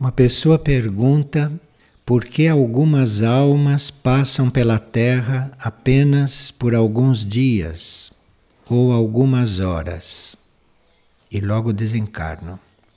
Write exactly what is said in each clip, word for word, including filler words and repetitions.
Uma pessoa pergunta por que algumas almas passam pela Terra apenas por alguns dias ou algumas horas e logo desencarnam.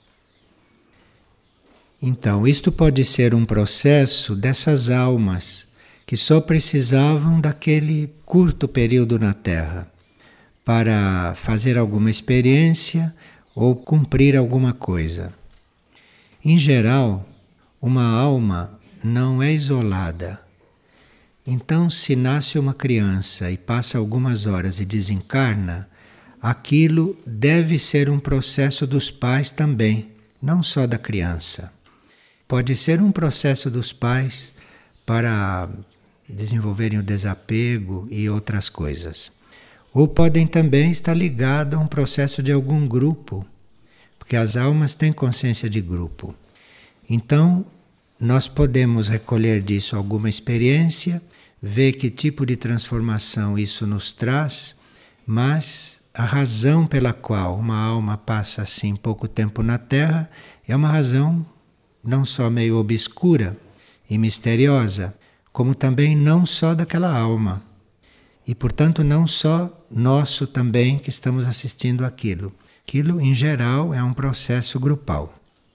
Então, isto pode ser um processo dessas almas que só precisavam daquele curto período na Terra para fazer alguma experiência ou cumprir alguma coisa. Em geral, uma alma não é isolada. Então, se nasce uma criança e passa algumas horas e desencarna, aquilo deve ser um processo dos pais também, não só da criança. Pode ser um processo dos pais para desenvolverem o desapego e outras coisas. Ou podem também estar ligados a um processo de algum grupo, porque as almas têm consciência de grupo. Então, nós podemos recolher disso alguma experiência, ver que tipo de transformação isso nos traz, mas a razão pela qual uma alma passa assim pouco tempo na Terra é uma razão não só meio obscura e misteriosa, como também não só daquela alma. E, portanto, não só nosso também que estamos assistindo aquilo. Aquilo, em geral, é um processo grupal.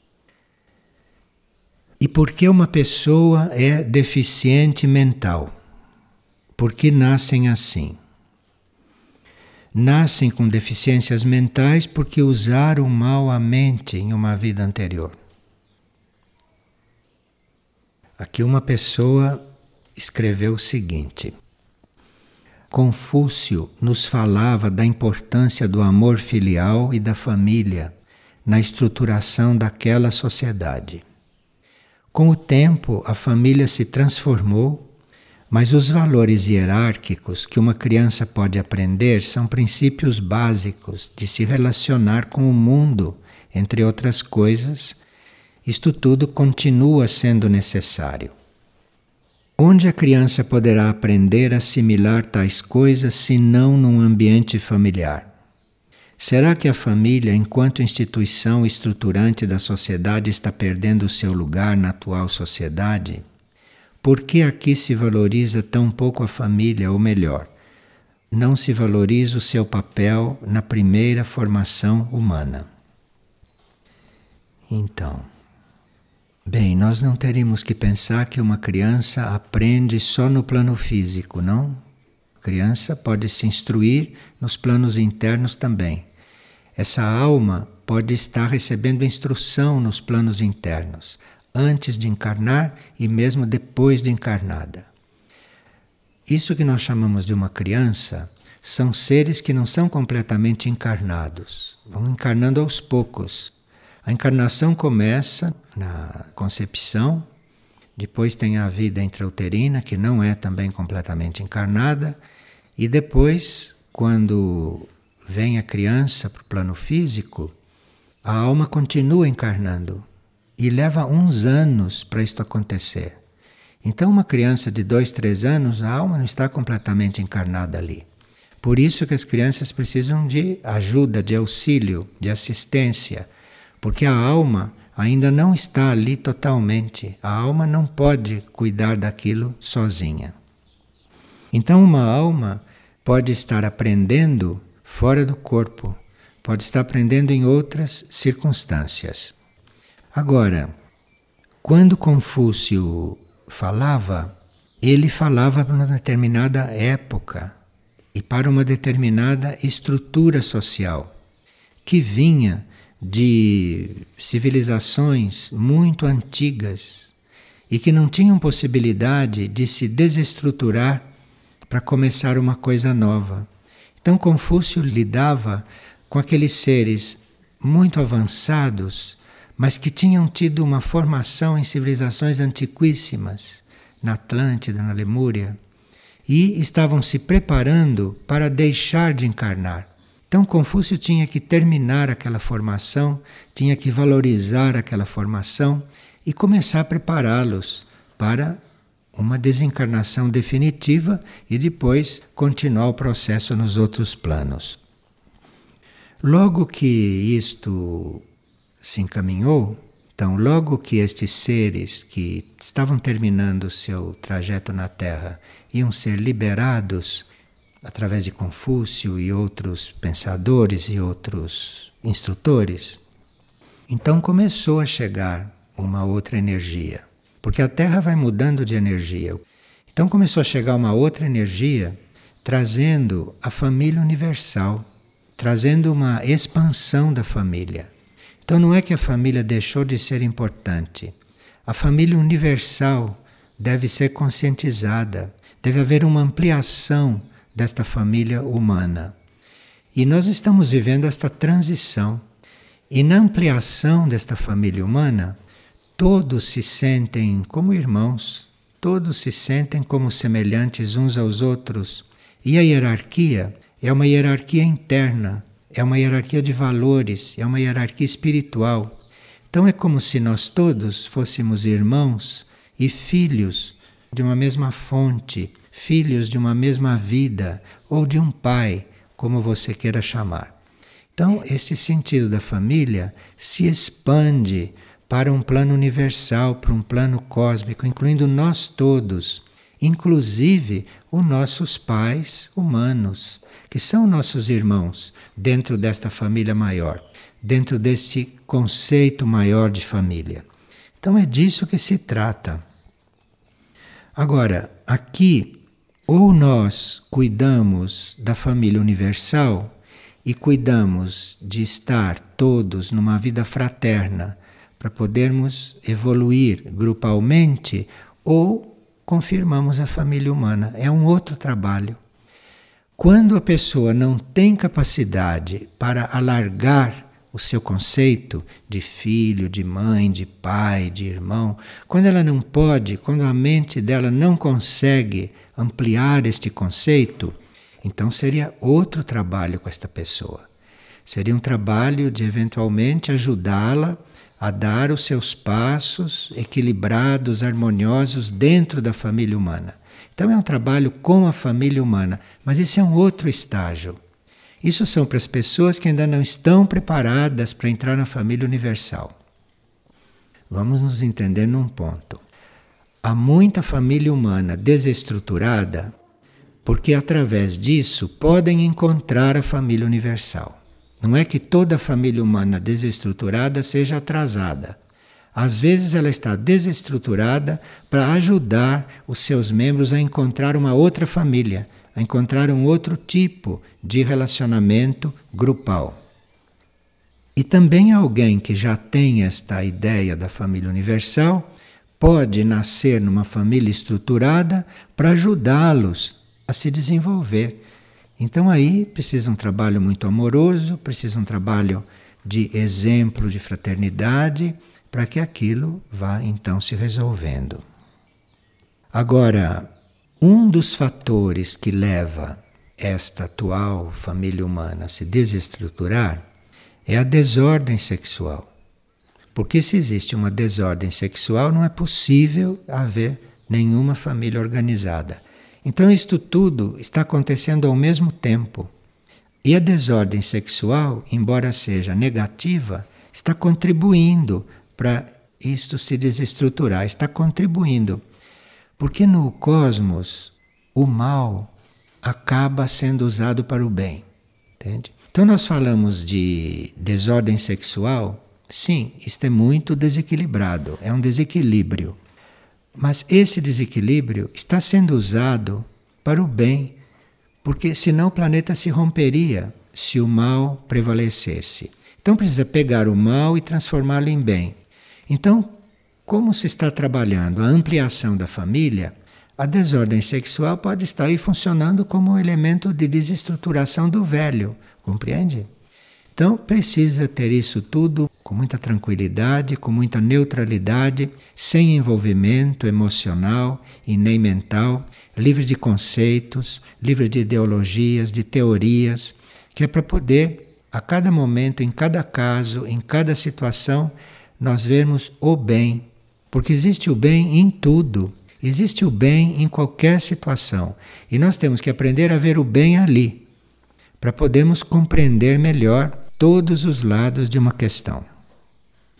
E por que uma pessoa é deficiente mental? Por que nascem assim? Nascem com deficiências mentais porque usaram mal a mente em uma vida anterior. Aqui uma pessoa escreveu o seguinte: Confúcio nos falava da importância do amor filial e da família na estruturação daquela sociedade. Com o tempo, a família se transformou, mas os valores hierárquicos que uma criança pode aprender são princípios básicos de se relacionar com o mundo, entre outras coisas. Isto tudo continua sendo necessário. Onde a criança poderá aprender a assimilar tais coisas se não num ambiente familiar? Será que a família, enquanto instituição estruturante da sociedade, está perdendo o seu lugar na atual sociedade? Por que aqui se valoriza tão pouco a família, ou melhor, não se valoriza o seu papel na primeira formação humana? Então, bem, nós não teríamos que pensar que uma criança aprende só no plano físico, não? A criança pode se instruir nos planos internos também. Essa alma pode estar recebendo instrução nos planos internos, antes de encarnar e mesmo depois de encarnada. Isso que nós chamamos de uma criança são seres que não são completamente encarnados, vão encarnando aos poucos. A encarnação começa na concepção, depois tem a vida intrauterina, que não é também completamente encarnada, e depois, quando vem a criança para o plano físico, a alma continua encarnando e leva uns anos para isto acontecer. Então, uma criança de dois, três anos, a alma não está completamente encarnada ali. Por isso que as crianças precisam de ajuda, de auxílio, de assistência, porque a alma ainda não está ali totalmente. A alma não pode cuidar daquilo sozinha. Então, uma alma pode estar aprendendo fora do corpo, pode estar aprendendo em outras circunstâncias. Agora, quando Confúcio falava, ele falava para uma determinada época e para uma determinada estrutura social que vinha de civilizações muito antigas e que não tinham possibilidade de se desestruturar para começar uma coisa nova. Então Confúcio lidava com aqueles seres muito avançados, mas que tinham tido uma formação em civilizações antiquíssimas, na Atlântida, na Lemúria, e estavam se preparando para deixar de encarnar. Então Confúcio tinha que terminar aquela formação, tinha que valorizar aquela formação e começar a prepará-los para uma desencarnação definitiva e depois continuar o processo nos outros planos. Logo que isto se encaminhou, Então, logo que estes seres que estavam terminando o seu trajeto na Terra iam ser liberados através de Confúcio e outros pensadores e outros instrutores, então começou a chegar uma outra energia, porque a Terra vai mudando de energia. Então começou a chegar uma outra energia trazendo a família universal, trazendo uma expansão da família. Então não é que a família deixou de ser importante. A família universal deve ser conscientizada, deve haver uma ampliação desta família humana. E nós estamos vivendo esta transição. E na ampliação desta família humana, todos se sentem como irmãos, todos se sentem como semelhantes uns aos outros. E a hierarquia é uma hierarquia interna, é uma hierarquia de valores, é uma hierarquia espiritual. Então é como se nós todos fôssemos irmãos e filhos de uma mesma fonte, filhos de uma mesma vida, ou de um pai, como você queira chamar. Então, esse sentido da família se expande para um plano universal, para um plano cósmico, incluindo nós todos, inclusive os nossos pais humanos, que são nossos irmãos dentro desta família maior, dentro desse conceito maior de família. Então é disso que se trata. Agora, aqui, ou nós cuidamos da família universal e cuidamos de estar todos numa vida fraterna para podermos evoluir grupalmente, ou confirmamos a família humana. É um outro trabalho. Quando a pessoa não tem capacidade para alargar o seu conceito de filho, de mãe, de pai, de irmão, quando ela não pode, quando a mente dela não consegue ampliar este conceito, então seria outro trabalho com esta pessoa. Seria um trabalho de eventualmente ajudá-la a dar os seus passos equilibrados, harmoniosos dentro da família humana. Então é um trabalho com a família humana, mas isso é um outro estágio. Isso são para as pessoas que ainda não estão preparadas para entrar na família universal. Vamos nos entender num ponto. Há muita família humana desestruturada porque através disso podem encontrar a família universal. Não é que toda a família humana desestruturada seja atrasada. Às vezes ela está desestruturada para ajudar os seus membros a encontrar uma outra família, a encontrar um outro tipo de relacionamento grupal. E também alguém que já tem esta ideia da família universal pode nascer numa família estruturada para ajudá-los a se desenvolver. Então aí precisa um trabalho muito amoroso, precisa um trabalho de exemplo de fraternidade, para que aquilo vá então se resolvendo. Agora, um dos fatores que leva esta atual família humana a se desestruturar é a desordem sexual. Porque se existe uma desordem sexual, não é possível haver nenhuma família organizada. Então isto tudo está acontecendo ao mesmo tempo. E a desordem sexual, embora seja negativa, está contribuindo para isto se desestruturar, está contribuindo. Porque no cosmos o mal acaba sendo usado para o bem. Entende? Então nós falamos de desordem sexual, sim, isto é muito desequilibrado, é um desequilíbrio. Mas esse desequilíbrio está sendo usado para o bem, porque senão o planeta se romperia se o mal prevalecesse. Então precisa pegar o mal e transformá-lo em bem. Então, como se está trabalhando a ampliação da família, a desordem sexual pode estar aí funcionando como um elemento de desestruturação do velho, compreende? Então precisa ter isso tudo com muita tranquilidade, com muita neutralidade, sem envolvimento emocional e nem mental, livre de conceitos, livre de ideologias, de teorias, que é para poder, a cada momento, em cada caso, em cada situação, nós vermos o bem. Porque existe o bem em tudo, existe o bem em qualquer situação. E nós temos que aprender a ver o bem ali, para podermos compreender melhor todos os lados de uma questão.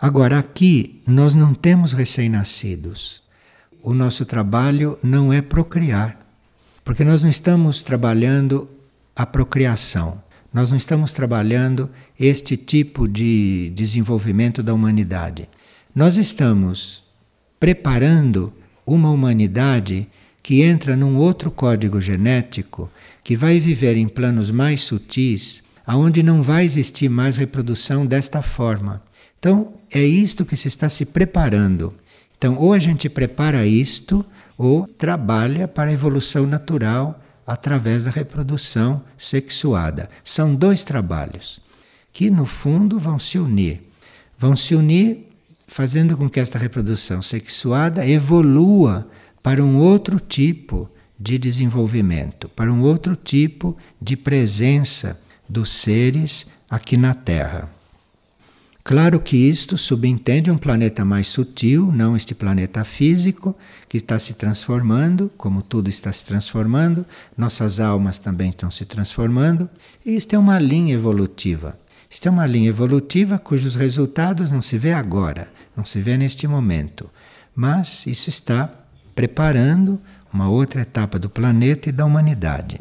Agora, aqui nós não temos recém-nascidos. O nosso trabalho não é procriar, porque nós não estamos trabalhando a procriação. Nós não estamos trabalhando este tipo de desenvolvimento da humanidade. Nós estamos preparando uma humanidade que entra num outro código genético, que vai viver em planos mais sutis, aonde não vai existir mais reprodução desta forma. Então, é isto que se está se preparando. Então, ou a gente prepara isto, ou trabalha para a evolução natural através da reprodução sexuada. São dois trabalhos que, no fundo, vão se unir. Vão se unir fazendo com que esta reprodução sexuada evolua para um outro tipo de desenvolvimento, para um outro tipo de presença dos seres aqui na Terra. Claro que isto subentende um planeta mais sutil, não este planeta físico, que está se transformando, como tudo está se transformando, nossas almas também estão se transformando, e isto é uma linha evolutiva. Isto é uma linha evolutiva cujos resultados não se vê agora, não se vê neste momento, mas isso está preparando uma outra etapa do planeta e da humanidade.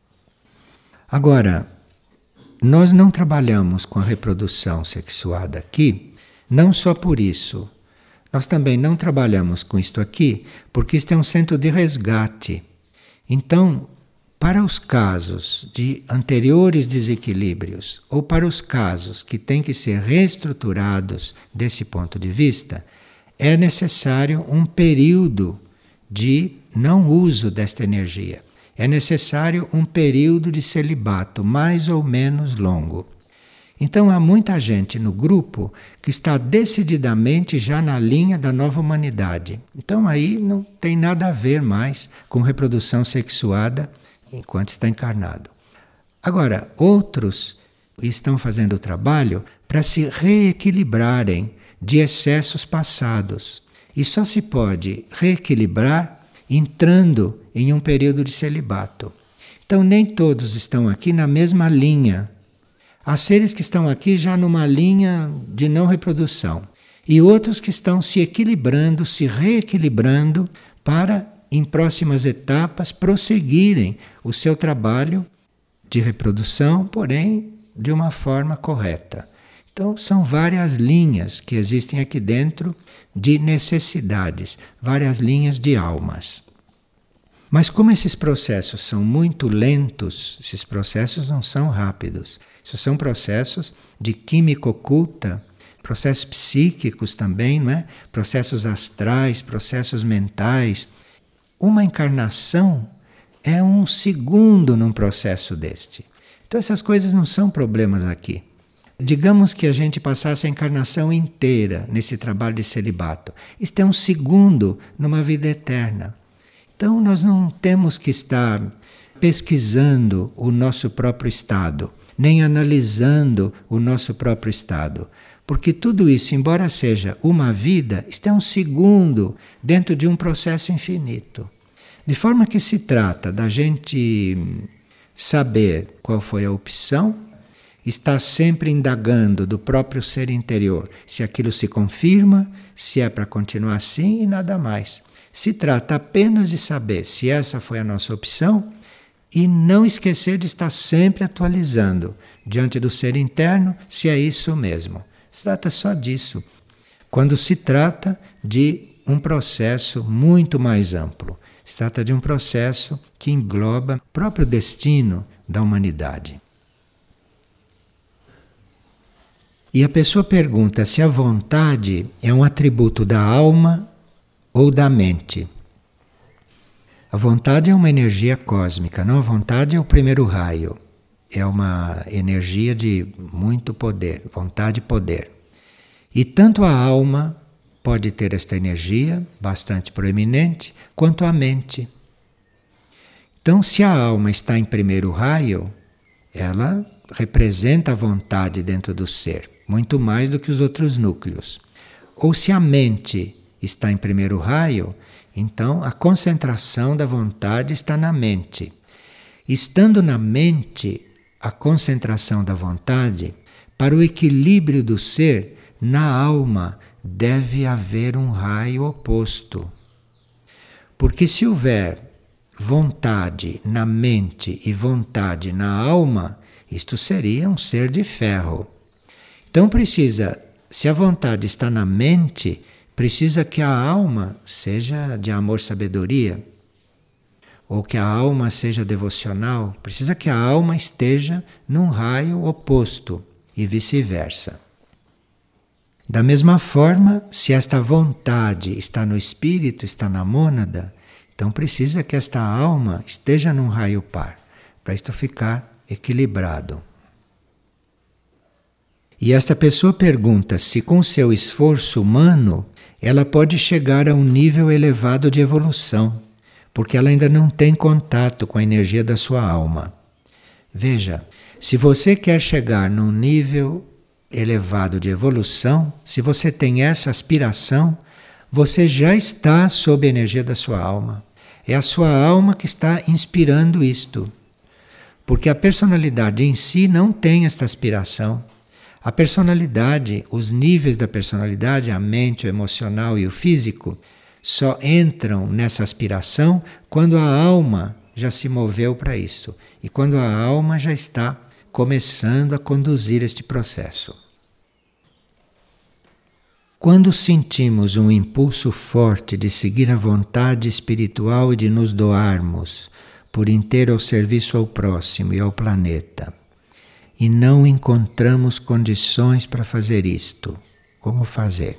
Agora, nós não trabalhamos com a reprodução sexuada aqui, não só por isso. Nós também não trabalhamos com isto aqui, porque isto é um centro de resgate. Então, para os casos de anteriores desequilíbrios, ou para os casos que têm que ser reestruturados desse ponto de vista, é necessário um período de não uso desta energia. É necessário um período de celibato mais ou menos longo. Então há muita gente no grupo que está decididamente já na linha da nova humanidade. Então aí não tem nada a ver mais com reprodução sexuada enquanto está encarnado. Agora, outros estão fazendo o trabalho para se reequilibrarem de excessos passados. E só se pode reequilibrar entrando em um período de celibato. Então nem todos estão aqui na mesma linha. Há seres que estão aqui já numa linha de não reprodução e outros que estão se equilibrando, se reequilibrando para, em próximas etapas, prosseguirem o seu trabalho de reprodução, porém de uma forma correta. Então são várias linhas que existem aqui dentro de necessidades, várias linhas de almas. Mas como esses processos são muito lentos, esses processos não são rápidos. Isso são processos de química oculta, processos psíquicos também, não é? Processos astrais, processos mentais. Uma encarnação é um segundo num processo deste. Então essas coisas não são problemas aqui. Digamos que a gente passasse a encarnação inteira nesse trabalho de celibato. Isto é um segundo numa vida eterna. Então nós não temos que estar pesquisando o nosso próprio estado, nem analisando o nosso próprio estado. Porque tudo isso, embora seja uma vida, isto é um segundo dentro de um processo infinito. De forma que se trata da gente saber qual foi a opção, está sempre indagando do próprio ser interior se aquilo se confirma, se é para continuar assim e nada mais. Se trata apenas de saber se essa foi a nossa opção e não esquecer de estar sempre atualizando diante do ser interno se é isso mesmo. Se trata só disso. Quando se trata de um processo muito mais amplo, se trata de um processo que engloba o próprio destino da humanidade. E a pessoa pergunta se a vontade é um atributo da alma ou da mente. A vontade é uma energia cósmica, não? A vontade é o primeiro raio. É uma energia de muito poder, vontade e poder. E tanto a alma pode ter esta energia bastante proeminente, quanto a mente. Então, se a alma está em primeiro raio, ela representa a vontade dentro do ser, muito mais do que os outros núcleos. Ou se a mente está em primeiro raio, então a concentração da vontade está na mente. Estando na mente, a concentração da vontade, para o equilíbrio do ser, na alma deve haver um raio oposto. Porque se houver vontade na mente e vontade na alma, isto seria um ser de ferro. Então precisa, se a vontade está na mente, precisa que a alma seja de amor-sabedoria, ou que a alma seja devocional, precisa que a alma esteja num raio oposto e vice-versa. Da mesma forma, se esta vontade está no espírito, está na mônada, então precisa que esta alma esteja num raio par, para isto ficar equilibrado. E esta pessoa pergunta se com seu esforço humano ela pode chegar a um nível elevado de evolução, porque ela ainda não tem contato com a energia da sua alma. Veja, se você quer chegar num nível elevado de evolução, se você tem essa aspiração, você já está sob a energia da sua alma. É a sua alma que está inspirando isto. Porque a personalidade em si não tem esta aspiração. A personalidade, os níveis da personalidade, a mente, o emocional e o físico, só entram nessa aspiração quando a alma já se moveu para isso. E quando a alma já está começando a conduzir este processo. Quando sentimos um impulso forte de seguir a vontade espiritual e de nos doarmos por inteiro ao serviço ao próximo e ao planeta, e não encontramos condições para fazer isto, como fazer?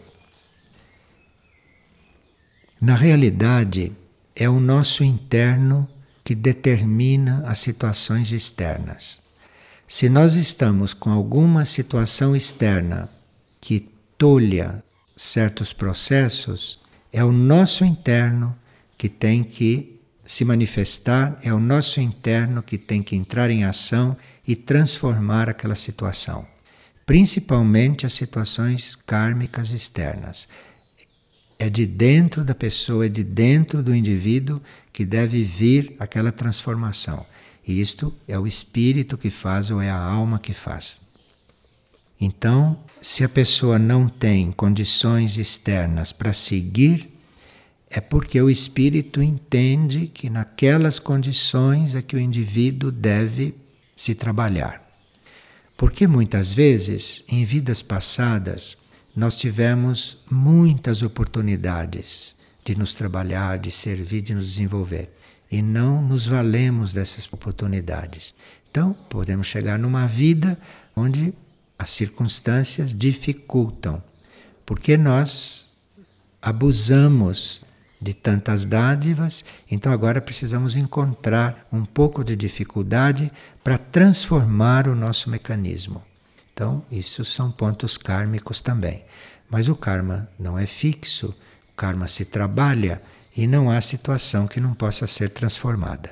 Na realidade, é o nosso interno que determina as situações externas. Se nós estamos com alguma situação externa que tolha certos processos, é o nosso interno que tem que se manifestar, é o nosso interno que tem que entrar em ação e transformar aquela situação. Principalmente as situações kármicas externas. É de dentro da pessoa, é de dentro do indivíduo que deve vir aquela transformação. E isto é o espírito que faz ou é a alma que faz. Então, se a pessoa não tem condições externas para seguir, é porque o espírito entende que naquelas condições é que o indivíduo deve se trabalhar. Porque muitas vezes, em vidas passadas, nós tivemos muitas oportunidades de nos trabalhar, de servir, de nos desenvolver. E não nos valemos dessas oportunidades. Então, podemos chegar numa vida onde as circunstâncias dificultam, porque nós abusamos de tantas dádivas, então agora precisamos encontrar um pouco de dificuldade para transformar o nosso mecanismo. Então, isso são pontos kármicos também. Mas o karma não é fixo, o karma se trabalha e não há situação que não possa ser transformada.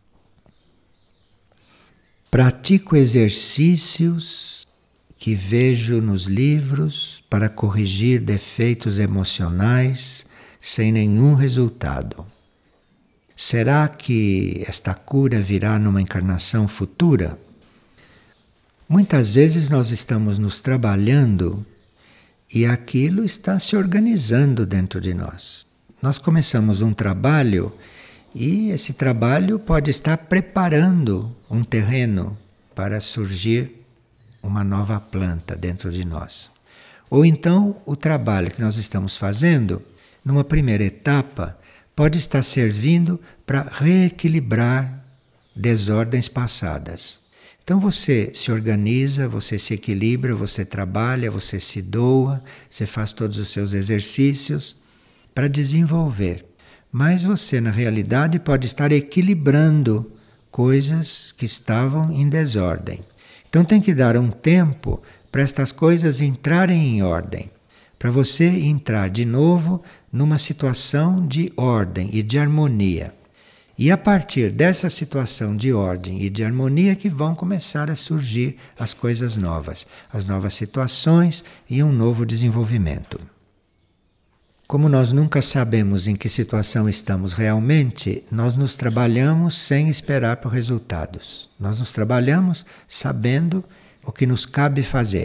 Pratico exercícios que vejo nos livros para corrigir defeitos emocionais sem nenhum resultado. Será que esta cura virá numa encarnação futura? Muitas vezes nós estamos nos trabalhando e aquilo está se organizando dentro de nós. Nós começamos um trabalho e esse trabalho pode estar preparando um terreno para surgir uma nova planta dentro de nós. Ou então o trabalho que nós estamos fazendo, numa primeira etapa, pode estar servindo para reequilibrar desordens passadas. Então você se organiza, você se equilibra, você trabalha, você se doa, você faz todos os seus exercícios para desenvolver. Mas você, na realidade, pode estar equilibrando coisas que estavam em desordem. Então tem que dar um tempo para estas coisas entrarem em ordem, para você entrar de novo numa situação de ordem e de harmonia. E a partir dessa situação de ordem e de harmonia que vão começar a surgir as coisas novas, as novas situações e um novo desenvolvimento. Como nós nunca sabemos em que situação estamos realmente, nós nos trabalhamos sem esperar por resultados. Nós nos trabalhamos sabendo o que nos cabe fazer.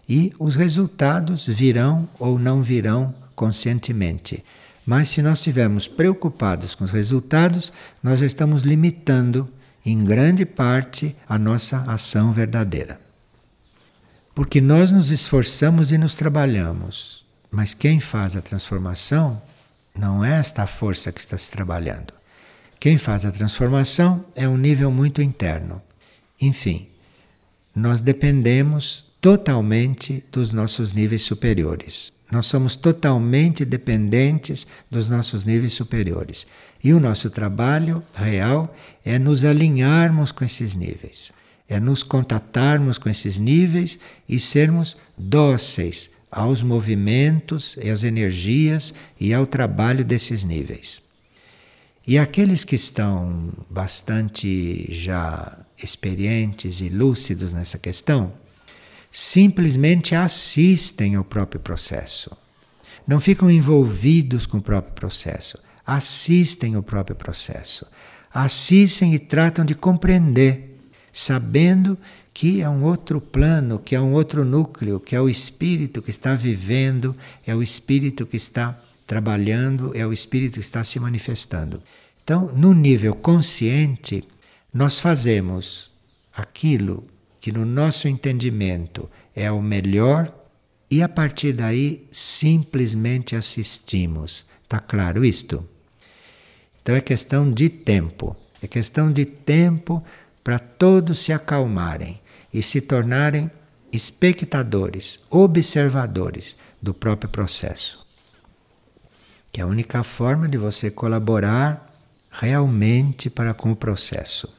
e os resultados virão ou não virão conscientemente. Mas se nós estivermos preocupados com os resultados, nós estamos limitando em grande parte a nossa ação verdadeira. Porque nós nos esforçamos e nos trabalhamos, mas quem faz a transformação não é esta força que está se trabalhando. Quem faz a transformação é um nível muito interno. Enfim, nós dependemos totalmente dos nossos níveis superiores. Nós somos totalmente dependentes dos nossos níveis superiores. E o nosso trabalho real é nos alinharmos com esses níveis. É nos contatarmos com esses níveis e sermos dóceis aos movimentos e às energias e ao trabalho desses níveis. E aqueles que estão bastante já experientes e lúcidos nessa questão, simplesmente assistem ao próprio processo. Não ficam envolvidos com o próprio processo. Assistem ao próprio processo. Assistem e tratam de compreender, sabendo que é um outro plano, que é um outro núcleo, que é o espírito que está vivendo, é o espírito que está trabalhando, é o espírito que está se manifestando. Então, no nível consciente, nós fazemos aquilo que no nosso entendimento é o melhor e a partir daí simplesmente assistimos. Está claro isto? Então é questão de tempo. É questão de tempo para todos se acalmarem e se tornarem espectadores, observadores do próprio processo. Que é a única forma de você colaborar realmente para com o processo.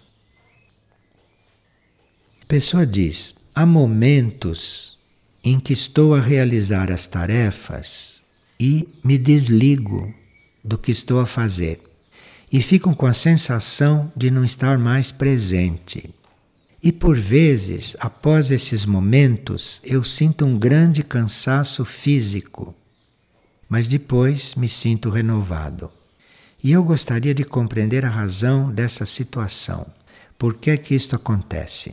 A pessoa diz, há momentos em que estou a realizar as tarefas e me desligo do que estou a fazer e fico com a sensação de não estar mais presente. E por vezes, após esses momentos, eu sinto um grande cansaço físico, mas depois me sinto renovado. E eu gostaria de compreender a razão dessa situação. Por que é que isto acontece?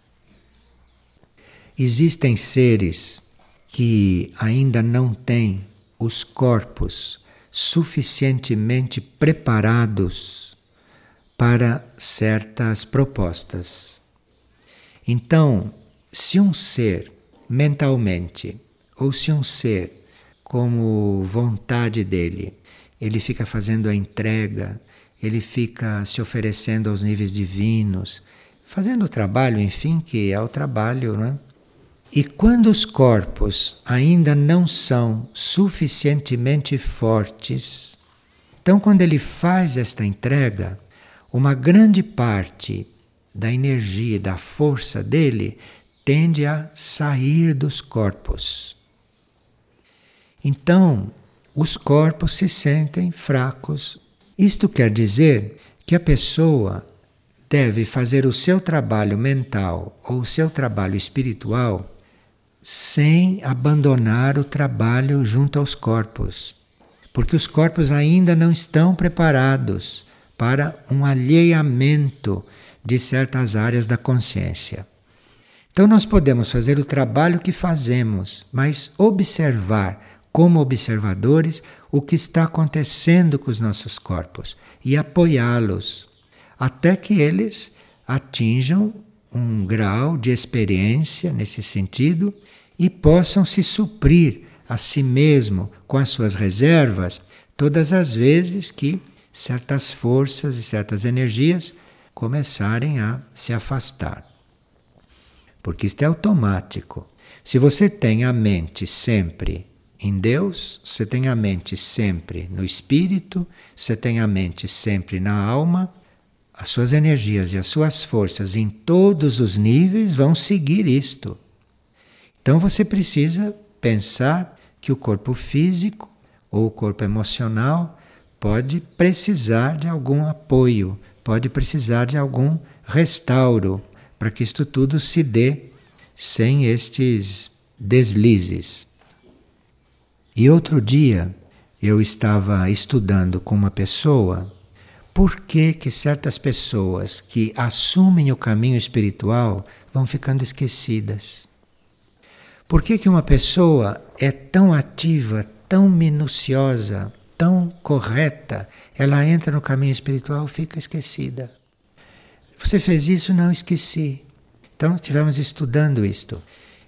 Existem seres que ainda não têm os corpos suficientemente preparados para certas propostas. Então, se um ser mentalmente, ou se um ser como vontade dele, ele fica fazendo a entrega, ele fica se oferecendo aos níveis divinos, fazendo o trabalho, enfim, que é o trabalho, não é? E quando os corpos ainda não são suficientemente fortes, então quando ele faz esta entrega, uma grande parte da energia e da força dele tende a sair dos corpos. Então, os corpos se sentem fracos. Isto quer dizer que a pessoa deve fazer o seu trabalho mental ou o seu trabalho espiritual sem abandonar o trabalho junto aos corpos, porque os corpos ainda não estão preparados para um alheamento de certas áreas da consciência. Então nós podemos fazer o trabalho que fazemos, mas observar como observadores o que está acontecendo com os nossos corpos e apoiá-los até que eles atinjam um grau de experiência nesse sentido e possam se suprir a si mesmo com as suas reservas todas as vezes que certas forças e certas energias começarem a se afastar. Porque isto é automático. Se você tem a mente sempre em Deus, você tem a mente sempre no Espírito, você tem a mente sempre na alma, as suas energias e as suas forças em todos os níveis vão seguir isto. Então você precisa pensar que o corpo físico ou o corpo emocional pode precisar de algum apoio, pode precisar de algum restauro para que isto tudo se dê sem estes deslizes. E outro dia eu estava estudando com uma pessoa por que que certas pessoas que assumem o caminho espiritual vão ficando esquecidas. Por que que uma pessoa é tão ativa, tão minuciosa, tão correta, ela entra no caminho espiritual e fica esquecida? Você fez isso? Não, esqueci. Então, estivemos estudando isto.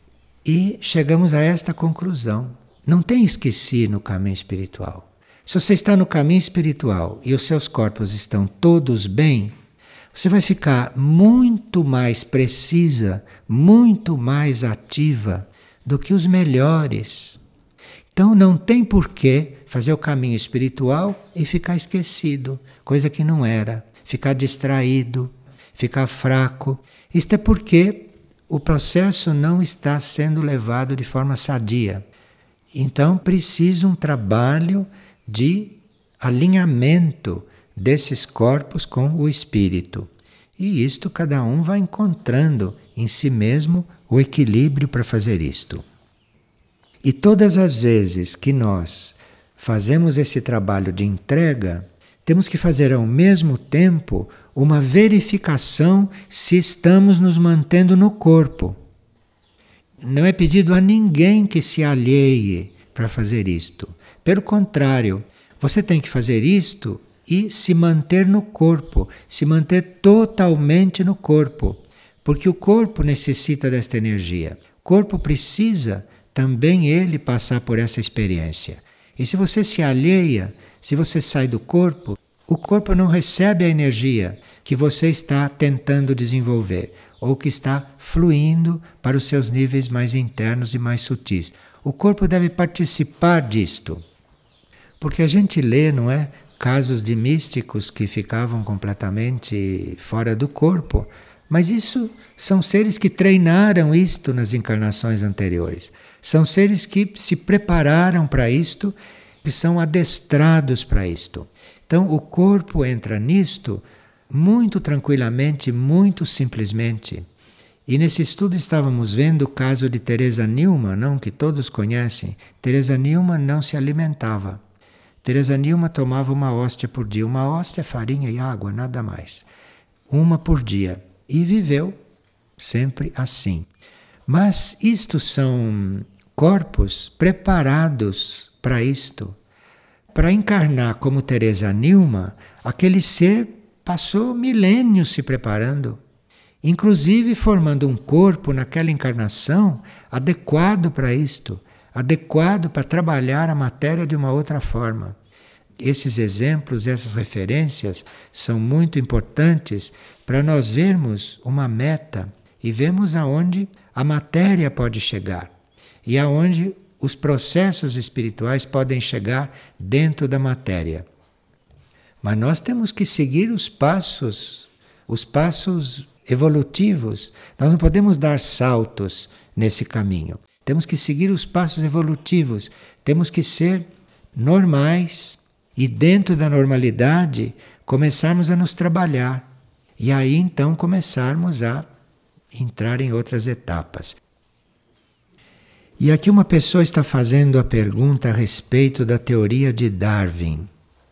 E chegamos a esta conclusão. Não tem esqueci no caminho espiritual. Se você está no caminho espiritual e os seus corpos estão todos bem, você vai ficar muito mais precisa, muito mais ativa do que os melhores. Então não tem porquê fazer o caminho espiritual e ficar esquecido, coisa que não era, ficar distraído, ficar fraco. Isto é porque o processo não está sendo levado de forma sadia. Então precisa um trabalho de alinhamento desses corpos com o espírito. E isto cada um vai encontrando em si mesmo o equilíbrio para fazer isto. E todas as vezes que nós fazemos esse trabalho de entrega, temos que fazer ao mesmo tempo uma verificação se estamos nos mantendo no corpo. Não é pedido a ninguém que se alheie para fazer isto. Pelo contrário, você tem que fazer isto e se manter no corpo, se manter totalmente no corpo, porque o corpo necessita desta energia. O corpo precisa também ele passar por essa experiência. E se você se alheia, se você sai do corpo, o corpo não recebe a energia que você está tentando desenvolver ou que está fluindo para os seus níveis mais internos e mais sutis. O corpo deve participar disto. Porque a gente lê, não é, casos de místicos que ficavam completamente fora do corpo, mas isso são seres que treinaram isto nas encarnações anteriores. São seres que se prepararam para isto, que são adestrados para isto. Então o corpo entra nisto muito tranquilamente, muito simplesmente. E nesse estudo estávamos vendo o caso de Teresa Neumann, não, que todos conhecem. Teresa Neumann não se alimentava. Teresa Neumann tomava uma hóstia por dia, uma hóstia, farinha e água, nada mais. Uma por dia. E viveu sempre assim. Mas isto são corpos preparados para isto. Para encarnar como Teresa Neumann, aquele ser passou milênios se preparando, inclusive formando um corpo naquela encarnação adequado para isto, adequado para trabalhar a matéria de uma outra forma. Esses exemplos, essas referências são muito importantes para nós vermos uma meta e vermos aonde a matéria pode chegar e aonde os processos espirituais podem chegar dentro da matéria. Mas nós temos que seguir os passos, os passos evolutivos. Nós não podemos dar saltos nesse caminho. Temos que seguir os passos evolutivos. Temos que ser normais e dentro da normalidade começarmos a nos trabalhar. E aí então começarmos a entrar em outras etapas. E aqui uma pessoa está fazendo a pergunta a respeito da teoria de Darwin.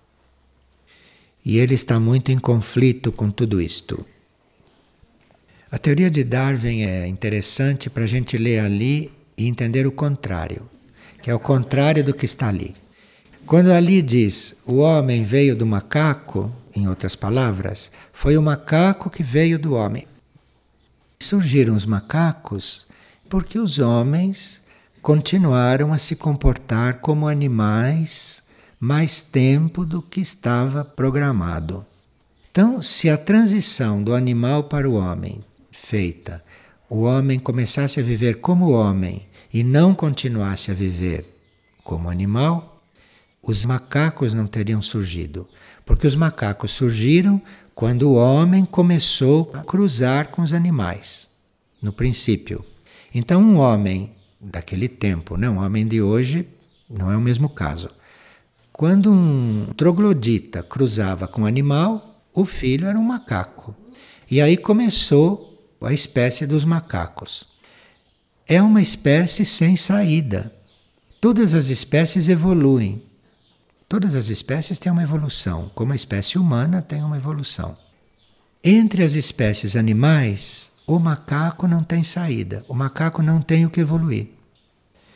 E ele está muito em conflito com tudo isto. A teoria de Darwin é interessante para a gente ler ali e entender o contrário, que é o contrário do que está ali. Quando ali diz o homem veio do macaco, em outras palavras, foi o macaco que veio do homem. Surgiram os macacos porque os homens continuaram a se comportar como animais mais tempo do que estava programado. Então, se a transição do animal para o homem feita, o homem começasse a viver como homem e não continuasse a viver como animal, os macacos não teriam surgido. Porque os macacos surgiram quando o homem começou a cruzar com os animais, no princípio. Então um homem daquele tempo, não, um homem de hoje, não é o mesmo caso. Quando um troglodita cruzava com um animal, o filho era um macaco. E aí começou a espécie dos macacos. É uma espécie sem saída. Todas as espécies evoluem. Todas as espécies têm uma evolução, como a espécie humana tem uma evolução. Entre as espécies animais, o macaco não tem saída, o macaco não tem o que evoluir.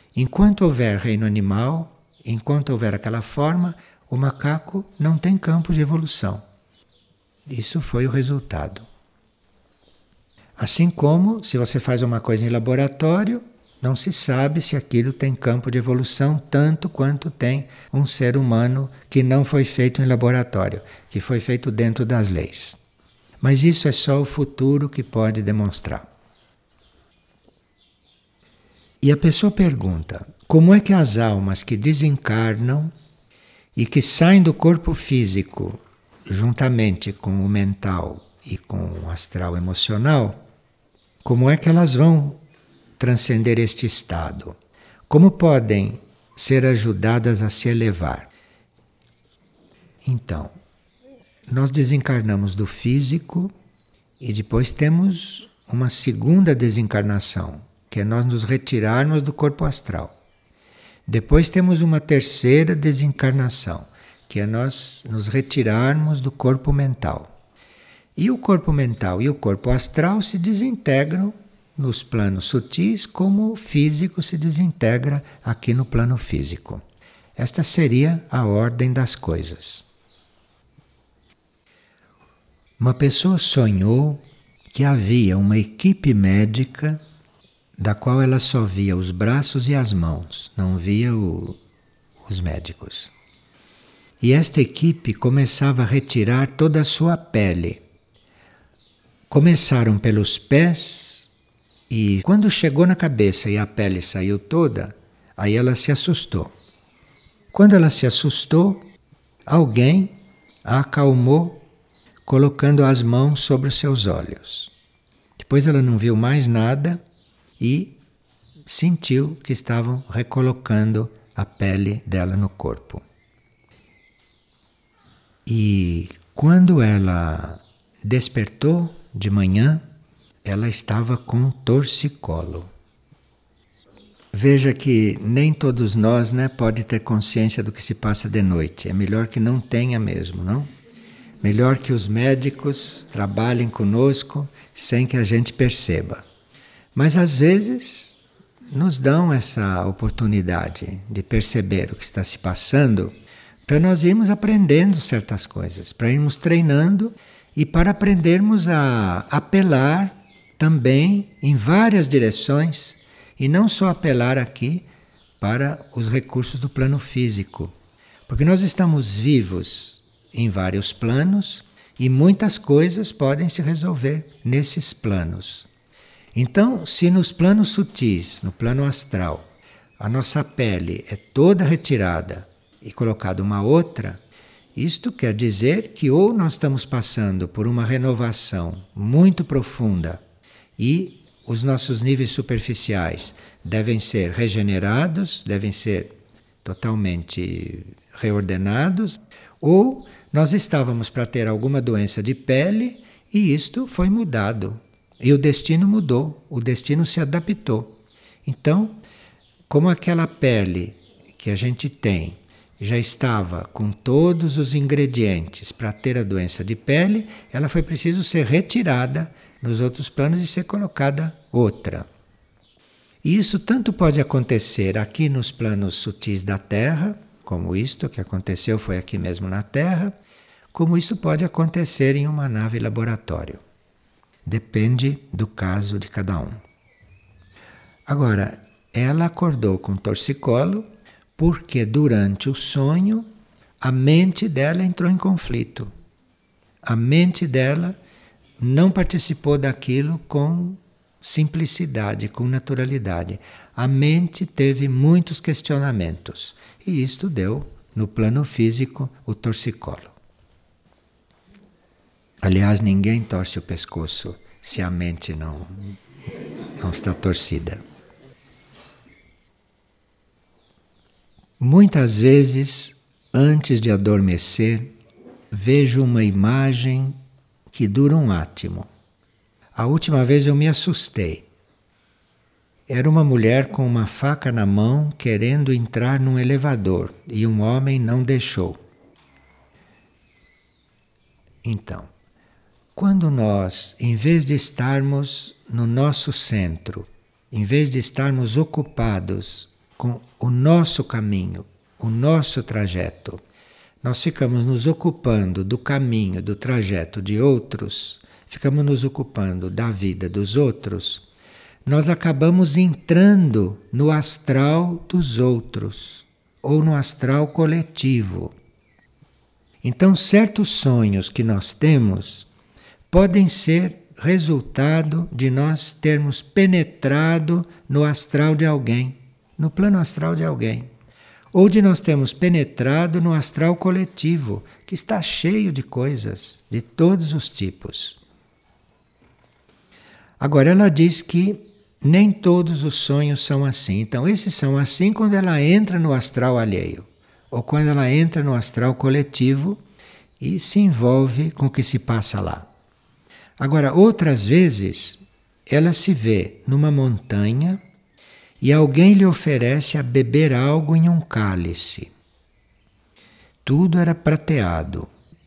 Enquanto houver reino animal, enquanto houver aquela forma, o macaco não tem campo de evolução. Isso foi o resultado. Assim como, se você faz uma coisa em laboratório, não se sabe se aquilo tem campo de evolução tanto quanto tem um ser humano que não foi feito em laboratório, que foi feito dentro das leis. Mas isso é só o futuro que pode demonstrar. E a pessoa pergunta, como é que as almas que desencarnam e que saem do corpo físico juntamente com o mental e com o astral emocional, como é que elas vão transcender este estado? Como podem ser ajudadas a se elevar? Então, nós desencarnamos do físico e depois temos uma segunda desencarnação, que é nós nos retirarmos do corpo astral. Depois temos uma terceira desencarnação, que é nós nos retirarmos do corpo mental. E o corpo mental e o corpo astral se desintegram nos planos sutis, como o físico se desintegra aqui no plano físico. Esta seria a ordem das coisas. Uma pessoa sonhou que havia uma equipe médica da qual ela só via os braços e as mãos, não via o, os médicos. E esta equipe começava a retirar toda a sua pele. Começaram pelos pés e quando chegou na cabeça e a pele saiu toda, aí ela se assustou. Quando ela se assustou, alguém a acalmou colocando as mãos sobre os seus olhos. Depois ela não viu mais nada e sentiu que estavam recolocando a pele dela no corpo. E quando ela despertou de manhã, ela estava com torcicolo. Veja que nem todos nós, né, pode ter consciência do que se passa de noite. É melhor que não tenha mesmo, não? Melhor que os médicos trabalhem conosco sem que a gente perceba. Mas às vezes nos dão essa oportunidade de perceber o que está se passando para nós irmos aprendendo certas coisas, para irmos treinando e para aprendermos a apelar também em várias direções e não só apelar aqui para os recursos do plano físico. Porque nós estamos vivos em vários planos e muitas coisas podem se resolver nesses planos. Então, se nos planos sutis, no plano astral, a nossa pele é toda retirada e colocada uma outra, isto quer dizer que ou nós estamos passando por uma renovação muito profunda e os nossos níveis superficiais devem ser regenerados, devem ser totalmente reordenados, ou nós estávamos para ter alguma doença de pele e isto foi mudado. E o destino mudou, o destino se adaptou. Então, como aquela pele que a gente tem já estava com todos os ingredientes para ter a doença de pele, ela foi preciso ser retirada nos outros planos e ser colocada outra. E isso tanto pode acontecer aqui nos planos sutis da Terra, como isto que aconteceu foi aqui mesmo na Terra, como isso pode acontecer em uma nave laboratório. Depende do caso de cada um. Agora, ela acordou com torcicolo porque durante o sonho a mente dela entrou em conflito. A mente dela não participou daquilo com simplicidade, com naturalidade. A mente teve muitos questionamentos e isto deu, no plano físico, o torcicolo. Aliás, ninguém torce o pescoço se a mente não, não está torcida. Muitas vezes, antes de adormecer, vejo uma imagem que dura um átimo. A última vez eu me assustei. Era uma mulher com uma faca na mão querendo entrar num elevador e um homem não deixou. Então, quando nós, em vez de estarmos no nosso centro, em vez de estarmos ocupados com o nosso caminho, o nosso trajeto, nós ficamos nos ocupando do caminho, do trajeto de outros, ficamos nos ocupando da vida dos outros, nós acabamos entrando no astral dos outros, ou no astral coletivo. Então, certos sonhos que nós temos podem ser resultado de nós termos penetrado no astral de alguém, no plano astral de alguém. Ou de nós termos penetrado no astral coletivo, que está cheio de coisas de todos os tipos. Agora, ela diz que nem todos os sonhos são assim. Então, esses são assim quando ela entra no astral alheio, ou quando ela entra no astral coletivo e se envolve com o que se passa lá. Agora, outras vezes, ela se vê numa montanha e alguém lhe oferece a beber algo em um cálice. Tudo era prateado.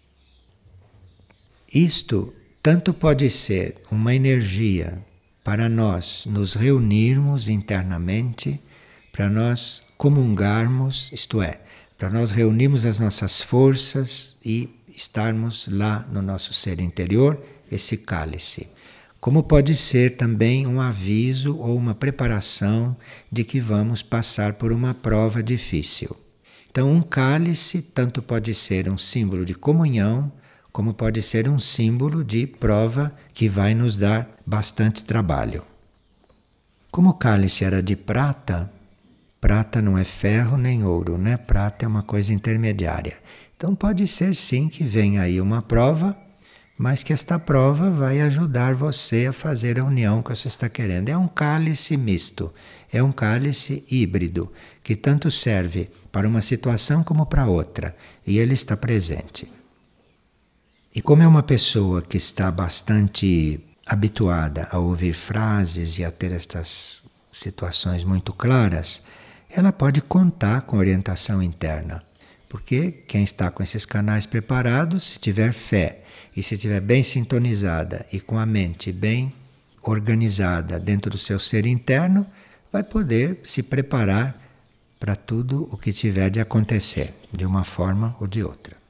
Isto tanto pode ser uma energia para nós nos reunirmos internamente, para nós comungarmos, isto é, para nós reunirmos as nossas forças e estarmos lá no nosso ser interior, esse cálice. Como pode ser também um aviso ou uma preparação de que vamos passar por uma prova difícil. Então, um cálice tanto pode ser um símbolo de comunhão, como pode ser um símbolo de prova que vai nos dar bastante trabalho. Como o cálice era de prata, prata não é ferro nem ouro, né? Prata é uma coisa intermediária. Então pode ser sim que venha aí uma prova, mas que esta prova vai ajudar você a fazer a união que você está querendo. É um cálice misto, é um cálice híbrido, que tanto serve para uma situação como para outra, e ele está presente. E como é uma pessoa que está bastante habituada a ouvir frases e a ter estas situações muito claras, ela pode contar com orientação interna. Porque quem está com esses canais preparados, se tiver fé e se estiver bem sintonizada e com a mente bem organizada dentro do seu ser interno, vai poder se preparar para tudo o que tiver de acontecer, de uma forma ou de outra.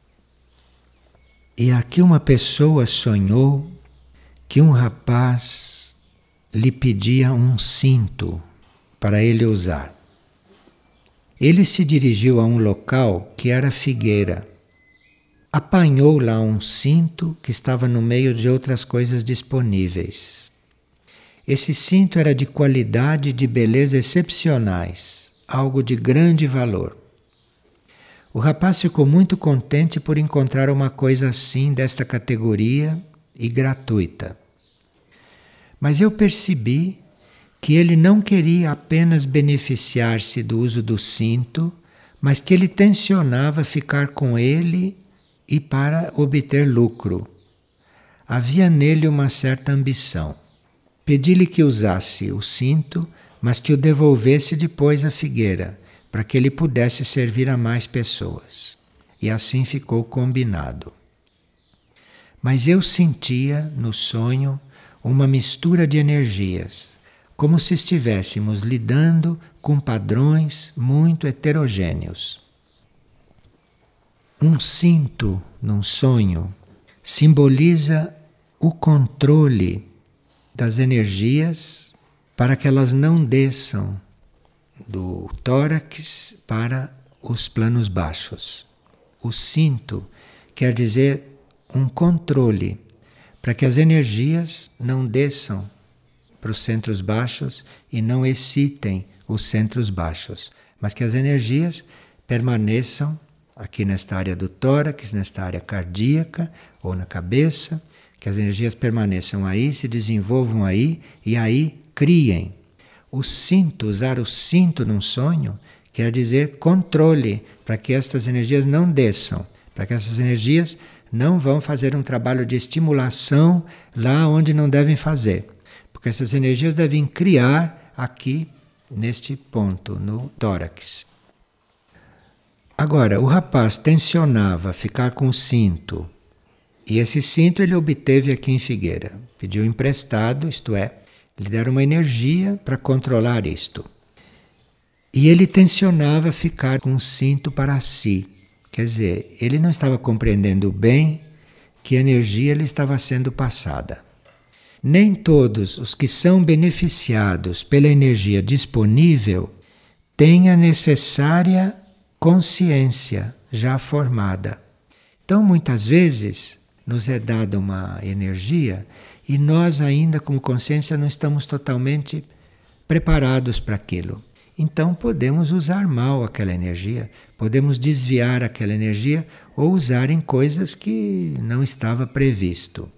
E aqui uma pessoa sonhou que um rapaz lhe pedia um cinto para ele usar. Ele se dirigiu a um local que era figueira. Apanhou lá um cinto que estava no meio de outras coisas disponíveis. Esse cinto era de qualidade e de beleza excepcionais, algo de grande valor. O rapaz ficou muito contente por encontrar uma coisa assim, desta categoria e gratuita. Mas eu percebi que ele não queria apenas beneficiar-se do uso do cinto, mas que ele tensionava ficar com ele e para obter lucro. Havia nele uma certa ambição. Pedi-lhe que usasse o cinto, mas que o devolvesse depois à figueira, para que ele pudesse servir a mais pessoas. E assim ficou combinado. Mas eu sentia no sonho uma mistura de energias, como se estivéssemos lidando com padrões muito heterogêneos. Um cinto num sonho simboliza o controle das energias para que elas não desçam do tórax para os planos baixos. O cinto quer dizer um controle para que as energias não desçam para os centros baixos e não excitem os centros baixos, mas que as energias permaneçam aqui nesta área do tórax, nesta área cardíaca ou na cabeça, que as energias permaneçam aí, se desenvolvam aí e aí criem. O cinto, usar o cinto num sonho, quer dizer controle, para que estas energias não desçam, para que essas energias não vão fazer um trabalho de estimulação lá onde não devem fazer. Porque essas energias devem criar aqui, neste ponto, no tórax. Agora, o rapaz tensionava ficar com o cinto, e esse cinto ele obteve aqui em Figueira. Pediu emprestado, isto é, lhe deram uma energia para controlar isto. E ele tensionava ficar com o cinto para si. Quer dizer, ele não estava compreendendo bem que energia lhe estava sendo passada. Nem todos os que são beneficiados pela energia disponível têm a necessária consciência já formada. Então, muitas vezes, nos é dada uma energia e nós ainda, como consciência, não estamos totalmente preparados para aquilo. Então, podemos usar mal aquela energia, podemos desviar aquela energia ou usar em coisas que não estava previsto.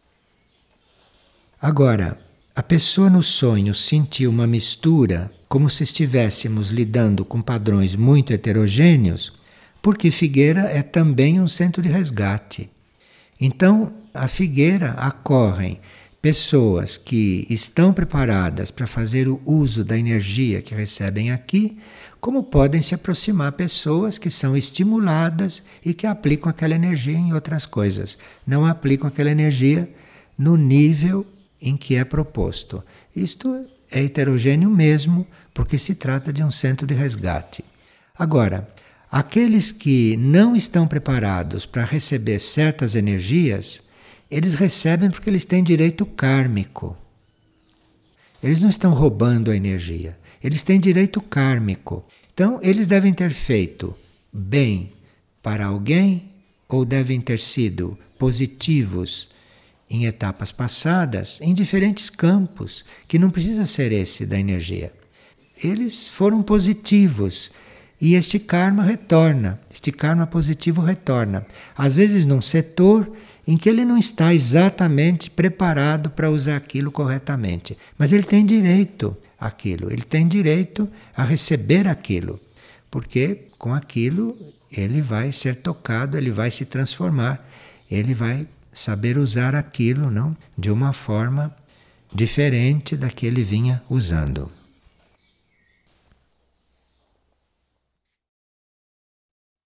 Agora, a pessoa no sonho sentiu uma mistura, como se estivéssemos lidando com padrões muito heterogêneos, porque Figueira é também um centro de resgate. Então, a Figueira acorrem pessoas que estão preparadas para fazer o uso da energia que recebem aqui, como podem se aproximar pessoas que são estimuladas e que aplicam aquela energia em outras coisas. Não aplicam aquela energia no nível em que é proposto. Isto é heterogêneo mesmo, porque se trata de um centro de resgate. Agora, aqueles que não estão preparados para receber certas energias, eles recebem porque eles têm direito kármico. Eles não estão roubando a energia, eles têm direito kármico. Então, eles devem ter feito bem para alguém ou devem ter sido positivos em etapas passadas, em diferentes campos, que não precisa ser esse da energia. Eles foram positivos e este karma retorna, este karma positivo retorna. Às vezes num setor em que ele não está exatamente preparado para usar aquilo corretamente, mas ele tem direito àquilo, ele tem direito a receber aquilo, porque com aquilo ele vai ser tocado, ele vai se transformar, ele vai saber usar aquilo, não, de uma forma diferente da que ele vinha usando.